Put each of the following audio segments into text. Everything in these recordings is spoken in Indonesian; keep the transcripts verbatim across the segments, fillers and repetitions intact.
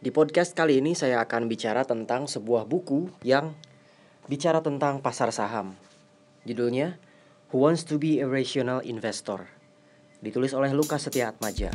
Di podcast kali ini saya akan bicara tentang sebuah buku yang bicara tentang pasar saham. Judulnya Who Wants to Be a Rational Investor, ditulis oleh Lukas Setiaatmaja.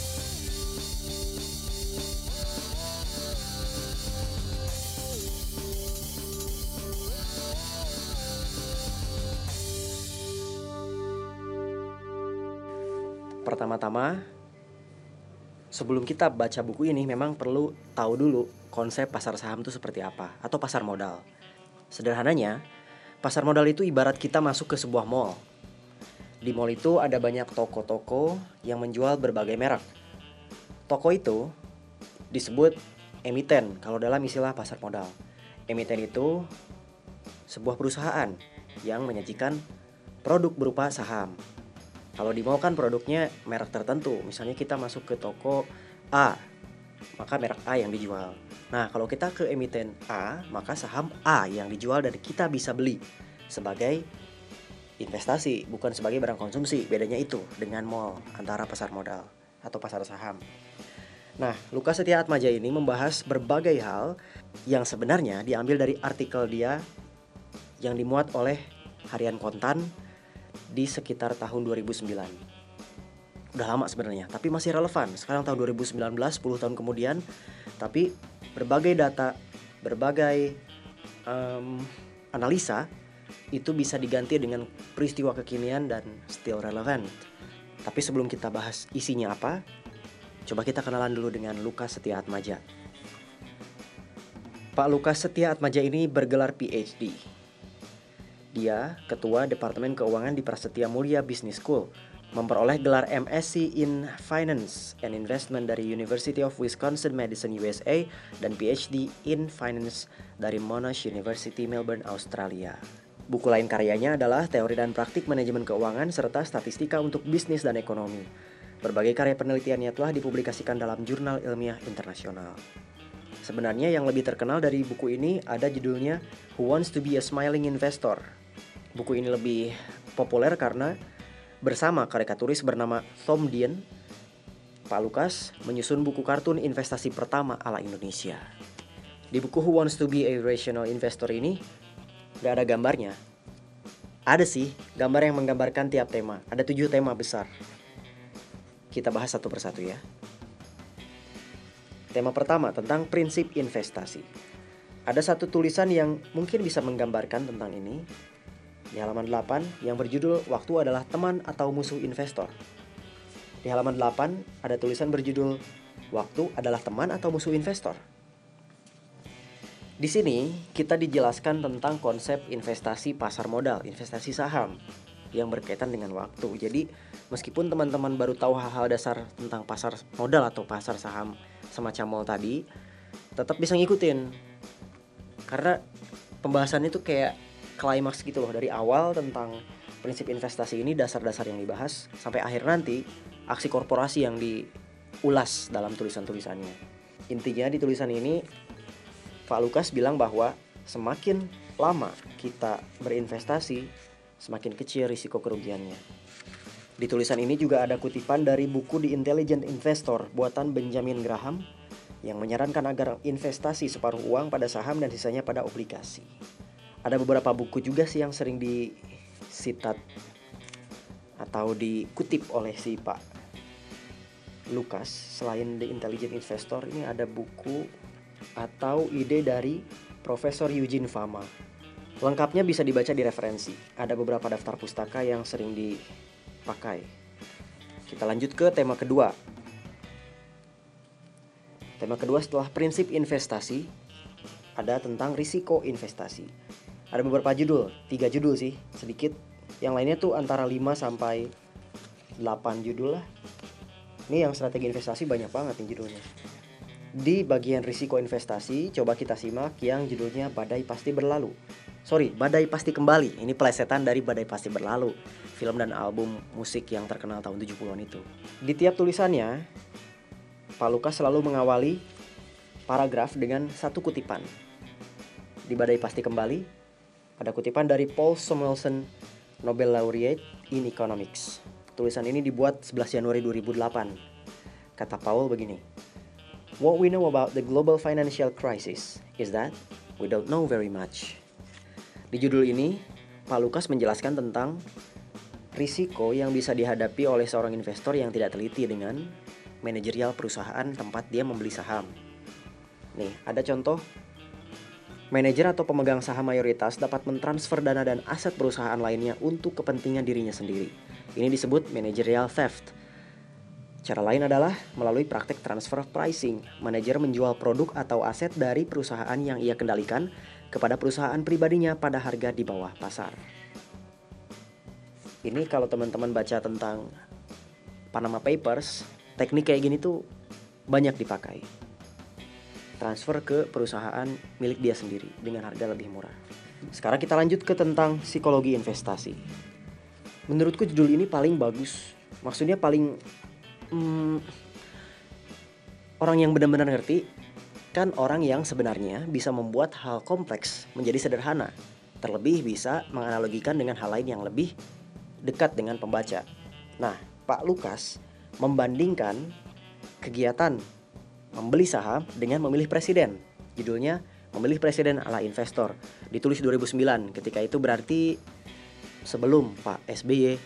Pertama-tama, sebelum kita baca buku ini memang perlu tahu dulu konsep pasar saham itu seperti apa, atau pasar modal. Sederhananya, pasar modal itu ibarat kita masuk ke sebuah mall. Di mall itu ada banyak toko-toko yang menjual berbagai merek. Toko itu disebut emiten kalau dalam istilah pasar modal. Emiten itu sebuah perusahaan yang menyajikan produk berupa saham. Kalau di mall kan produknya merek tertentu. Misalnya kita masuk ke toko A, maka merek A yang dijual. Nah, kalau kita ke emiten A, maka saham A yang dijual dan kita bisa beli sebagai investasi, bukan sebagai barang konsumsi. Bedanya itu dengan mall, antara pasar modal atau pasar saham. Nah, Lukas Setiaatmaja ini membahas berbagai hal yang sebenarnya diambil dari artikel dia yang dimuat oleh Harian Kontan di sekitar tahun dua ribu sembilan. Udah lama sebenarnya, tapi masih relevan. Sekarang tahun dua ribu sembilan belas, sepuluh tahun kemudian, tapi berbagai data, berbagai um, analisa itu bisa diganti dengan peristiwa kekinian dan still relevant. Tapi sebelum kita bahas isinya apa, coba kita kenalan dulu dengan Lukas Setiaatmaja. Pak Lukas Setiaatmaja ini bergelar P H D. Dia ketua Departemen Keuangan di Prasetya Mulia Business School, memperoleh gelar M Sc in Finance and Investment dari University of Wisconsin-Madison U S A dan P H D in Finance dari Monash University Melbourne, Australia. Buku lain karyanya adalah Teori dan Praktik Manajemen Keuangan serta Statistika untuk Bisnis dan Ekonomi. Berbagai karya penelitiannya telah dipublikasikan dalam jurnal ilmiah internasional. Sebenarnya yang lebih terkenal dari buku ini ada judulnya Who Wants to Be a Smiling Investor. Buku ini lebih populer karena bersama karikaturis bernama Tom Dien, Pak Lukas menyusun buku kartun investasi pertama ala Indonesia. Di buku Who Wants to Be a Rational Investor ini gak ada gambarnya. Ada sih gambar yang menggambarkan tiap tema. Ada tujuh tema besar. Kita bahas satu persatu ya. Tema pertama tentang prinsip investasi. Ada satu tulisan yang mungkin bisa menggambarkan tentang ini di halaman delapan yang berjudul Waktu adalah teman atau musuh investor. Di halaman delapan ada tulisan berjudul Waktu adalah teman atau musuh investor. Di sini kita dijelaskan tentang konsep investasi pasar modal, investasi saham yang berkaitan dengan waktu. Jadi meskipun teman-teman baru tahu hal-hal dasar tentang pasar modal atau pasar saham semacam mall tadi, tetap bisa ngikutin. Karena pembahasannya itu kayak klimaks gitu loh, dari awal tentang prinsip investasi ini, dasar-dasar yang dibahas, sampai akhir nanti aksi korporasi yang diulas dalam tulisan-tulisannya. Intinya di tulisan ini Pak Lukas bilang bahwa semakin lama kita berinvestasi, semakin kecil risiko kerugiannya. Di tulisan ini juga ada kutipan dari buku The Intelligent Investor buatan Benjamin Graham yang menyarankan agar investasi separuh uang pada saham dan sisanya pada obligasi. Ada beberapa buku juga sih yang sering disitat atau dikutip oleh si Pak Lukas. Selain The Intelligent Investor, ini ada buku atau ide dari Profesor Eugene Fama. Lengkapnya bisa dibaca di referensi. Ada beberapa daftar pustaka yang sering dipakai. Kita lanjut ke tema kedua. Tema kedua setelah prinsip investasi ada tentang risiko investasi. Ada beberapa judul, tiga judul sih, sedikit. Yang lainnya tuh antara lima sampai delapan judul lah. Ini yang strategi investasi banyak banget nih judulnya. Di bagian risiko investasi, coba kita simak yang judulnya Badai Pasti Berlalu. Sorry, Badai Pasti Kembali. Ini pelesetan dari Badai Pasti Berlalu, film dan album musik yang terkenal tahun tujuh puluhan itu. Di tiap tulisannya, Pak Lukas selalu mengawali paragraf dengan satu kutipan. Di Badai Pasti Kembali, ada kutipan dari Paul Samuelson, Nobel Laureate in Economics. Tulisan ini dibuat sebelas Januari dua ribu delapan. Kata Paul begini, What we know about the global financial crisis is that we don't know very much. Di judul ini, Pak Lukas menjelaskan tentang risiko yang bisa dihadapi oleh seorang investor yang tidak teliti dengan manajerial perusahaan tempat dia membeli saham. Nih, ada contoh. Manajer atau pemegang saham mayoritas dapat mentransfer dana dan aset perusahaan lainnya untuk kepentingan dirinya sendiri. Ini disebut managerial theft. Cara lain adalah melalui praktek transfer pricing. Manajer menjual produk atau aset dari perusahaan yang ia kendalikan kepada perusahaan pribadinya pada harga di bawah pasar. Ini kalau teman-teman baca tentang Panama Papers, teknik kayak gini tuh banyak dipakai. Transfer ke perusahaan milik dia sendiri dengan harga lebih murah. Sekarang kita lanjut ke tentang psikologi investasi. Menurutku judul ini paling bagus. Maksudnya paling hmm, orang yang benar-benar ngerti kan orang yang sebenarnya bisa membuat hal kompleks menjadi sederhana. Terlebih bisa menganalogikan dengan hal lain yang lebih dekat dengan pembaca. Nah, Pak Lukas membandingkan kegiatan membeli saham dengan memilih presiden. Judulnya Memilih Presiden ala Investor. Ditulis dua ribu sembilan. Ketika itu berarti sebelum Pak S B Y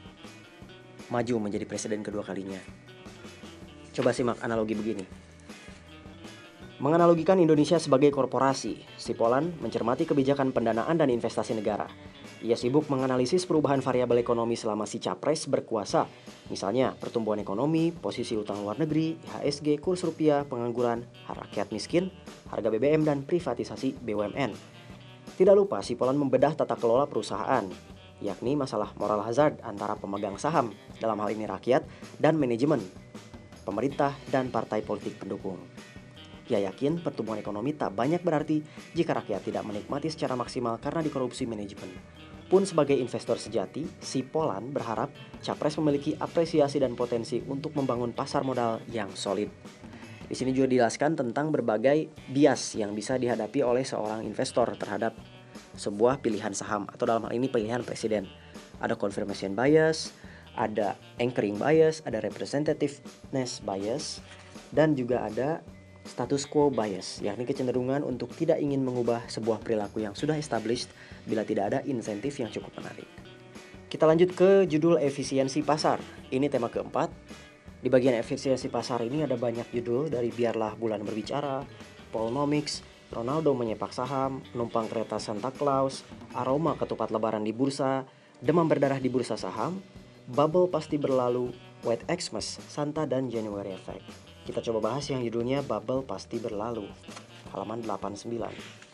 maju menjadi presiden kedua kalinya. Coba simak analogi begini. Menganalogikan Indonesia sebagai korporasi, Sipolan mencermati kebijakan pendanaan dan investasi negara. Ia sibuk menganalisis perubahan variabel ekonomi selama si capres berkuasa. Misalnya pertumbuhan ekonomi, posisi utang luar negeri, I H S G, kurs rupiah, pengangguran, rakyat miskin, harga B B M, dan privatisasi B U M N. Tidak lupa Sipolan membedah tata kelola perusahaan, yakni masalah moral hazard antara pemegang saham, dalam hal ini rakyat, dan manajemen, pemerintah, dan partai politik pendukung. Ia yakin pertumbuhan ekonomi tak banyak berarti jika rakyat tidak menikmati secara maksimal karena dikorupsi manajemen. Pun sebagai investor sejati, Sipolan berharap capres memiliki apresiasi dan potensi untuk membangun pasar modal yang solid. Di sini juga dijelaskan tentang berbagai bias yang bisa dihadapi oleh seorang investor terhadap sebuah pilihan saham atau dalam hal ini pilihan presiden. Ada confirmation bias, ada anchoring bias, ada representativeness bias, dan juga ada status quo bias, yakni kecenderungan untuk tidak ingin mengubah sebuah perilaku yang sudah established bila tidak ada insentif yang cukup menarik. Kita lanjut ke judul efisiensi pasar. Ini tema keempat. Di bagian efisiensi pasar ini ada banyak judul dari Biarlah Bulan Berbicara, Polnomics, Ronaldo menyepak saham, Numpang kereta Santa Claus, Aroma ketupat lebaran di bursa, Demam berdarah di bursa saham, Bubble pasti berlalu, White Xmas, Santa dan January Effect. Kita coba bahas yang judulnya Bubble Pasti Berlalu, halaman delapan puluh sembilan.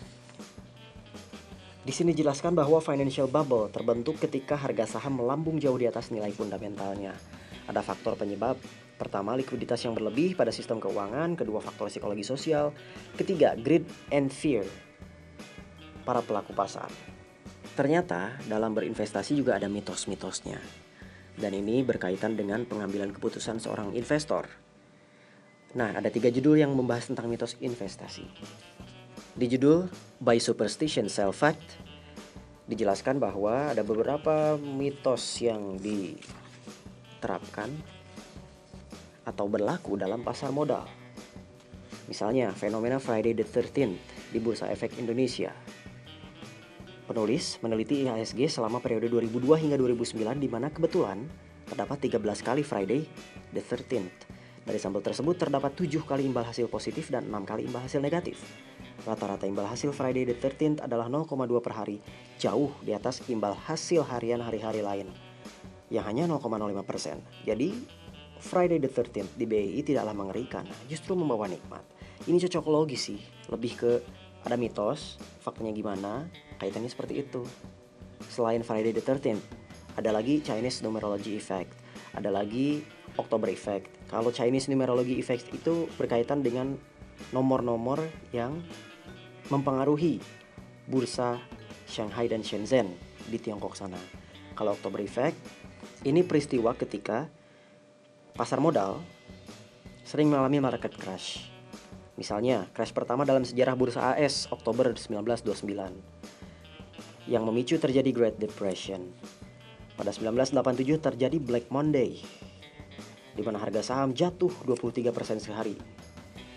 Di sini jelaskan bahwa financial bubble terbentuk ketika harga saham melambung jauh di atas nilai fundamentalnya. Ada faktor penyebab. Pertama, likuiditas yang berlebih pada sistem keuangan. Kedua, faktor psikologi sosial. Ketiga, greed and fear para pelaku pasar. Ternyata dalam berinvestasi juga ada mitos-mitosnya. Dan ini berkaitan dengan pengambilan keputusan seorang investor. Nah, ada tiga judul yang membahas tentang mitos investasi. Di judul By Superstition Sell Fact, dijelaskan bahwa ada beberapa mitos yang diterapkan atau berlaku dalam pasar modal. Misalnya, fenomena Friday the thirteenth di Bursa Efek Indonesia. Penulis meneliti I H S G selama periode dua ribu dua hingga dua ribu sembilan, di mana kebetulan terdapat tiga belas kali Friday the thirteenth. Dari sampel tersebut terdapat tujuh kali imbal hasil positif dan enam kali imbal hasil negatif. Rata-rata imbal hasil Friday the thirteenth adalah nol koma dua per hari, jauh di atas imbal hasil harian hari-hari lain yang hanya nol koma nol lima persen. Jadi, Friday the thirteenth di B I I tidaklah mengerikan, justru membawa nikmat. Ini cocok logis sih, lebih ke ada mitos, faktanya gimana, kaitannya seperti itu. Selain Friday the thirteenth, ada lagi Chinese Numerology Effect, ada lagi October Effect. Kalau Chinese Numerology Effect itu berkaitan dengan nomor-nomor yang mempengaruhi bursa Shanghai dan Shenzhen di Tiongkok sana. Kalau October Effect, ini peristiwa ketika pasar modal sering mengalami market crash. Misalnya, crash pertama dalam sejarah bursa A S Oktober seribu sembilan ratus dua puluh sembilan yang memicu terjadi Great Depression. Pada seribu sembilan ratus delapan puluh tujuh terjadi Black Monday, di mana harga saham jatuh dua puluh tiga persen sehari.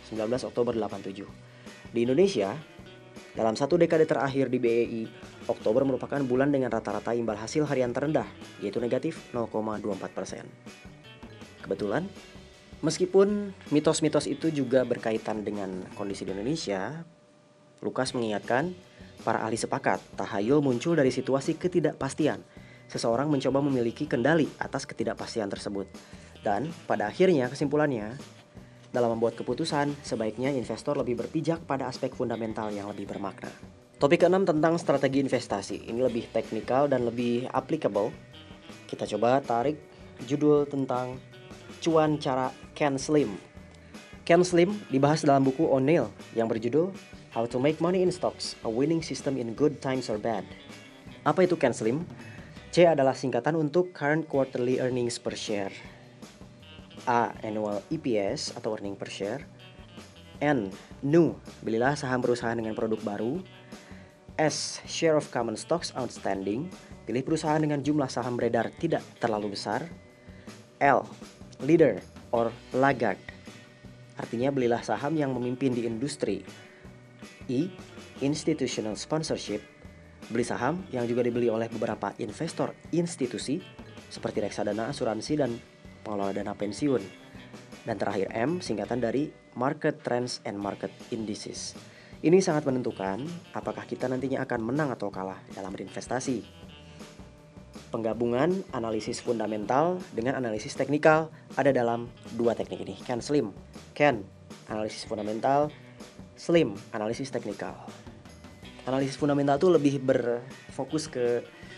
sembilan belas Oktober delapan puluh tujuh. Di Indonesia, dalam satu dekade terakhir di B E I, Oktober merupakan bulan dengan rata-rata imbal hasil harian terendah, yaitu negatif nol koma dua puluh empat persen. Kebetulan, meskipun mitos-mitos itu juga berkaitan dengan kondisi di Indonesia, Lukas mengingatkan, para ahli sepakat, tahayul muncul dari situasi ketidakpastian. Seseorang mencoba memiliki kendali atas ketidakpastian tersebut. Dan pada akhirnya kesimpulannya, dalam membuat keputusan, sebaiknya investor lebih berpijak pada aspek fundamental yang lebih bermakna. Topik keenam tentang strategi investasi. Ini lebih teknikal dan lebih applicable. Kita coba tarik judul tentang cuan cara Ken Slim. Ken Slim dibahas dalam buku O'Neill yang berjudul How to Make Money in Stocks, A Winning System in Good Times or Bad. Apa itu Ken Slim? C adalah singkatan untuk Current Quarterly Earnings per Share. A. Annual E P S atau earning per share. N. New, belilah saham perusahaan dengan produk baru. S. Share of common stocks outstanding, pilih perusahaan dengan jumlah saham beredar tidak terlalu besar. L. Leader or laggard, artinya belilah saham yang memimpin di industri. I. Institutional sponsorship, beli saham yang juga dibeli oleh beberapa investor institusi seperti reksadana, asuransi, dan pengelola dana pensiun. Dan terakhir M, singkatan dari Market Trends and Market Indices. Ini sangat menentukan apakah kita nantinya akan menang atau kalah dalam berinvestasi. Penggabungan analisis fundamental dengan analisis teknikal ada dalam dua teknik ini, Ken Slim. Ken, analisis fundamental, Slim, analisis teknikal. Analisis fundamental itu lebih berfokus ke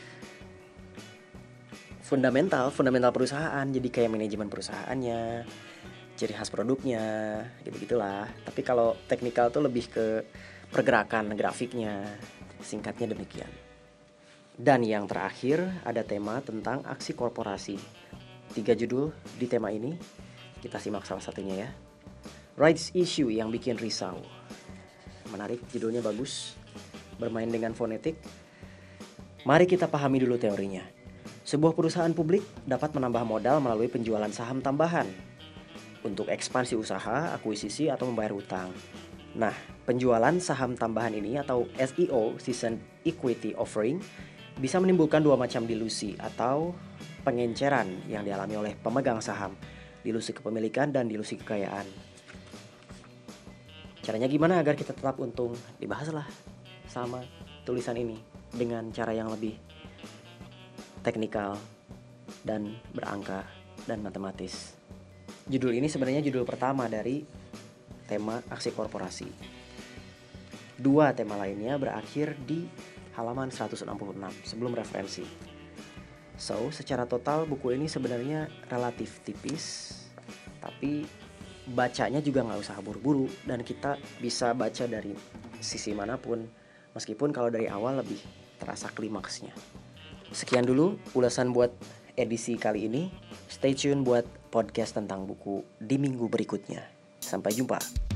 fundamental, fundamental perusahaan. Jadi kayak manajemen perusahaannya, ciri khas produknya, gitu-gitulah. Tapi kalau teknikal tuh lebih ke pergerakan grafiknya, singkatnya demikian. Dan yang terakhir ada tema tentang aksi korporasi. Tiga judul di tema ini, kita simak salah satunya ya. Rights issue yang bikin risau. Menarik, judulnya bagus. Bermain dengan fonetik. Mari kita pahami dulu teorinya. Sebuah perusahaan publik dapat menambah modal melalui penjualan saham tambahan untuk ekspansi usaha, akuisisi, atau membayar hutang. Nah, penjualan saham tambahan ini atau S E O, Seasoned Equity Offering, bisa menimbulkan dua macam dilusi atau pengenceran yang dialami oleh pemegang saham, dilusi kepemilikan dan dilusi kekayaan. Caranya gimana agar kita tetap untung? Dibahaslah sama tulisan ini dengan cara yang lebih teknikal dan berangka dan matematis. Judul ini sebenarnya judul pertama dari tema aksi korporasi. Dua tema lainnya berakhir di halaman seratus enam puluh enam sebelum referensi. So, secara total buku ini sebenarnya relatif tipis, tapi bacanya juga nggak usah buru-buru dan kita bisa baca dari sisi manapun, meskipun kalau dari awal lebih terasa klimaksnya. Sekian dulu ulasan buat edisi kali ini. Stay tune buat podcast tentang buku di minggu berikutnya. Sampai jumpa.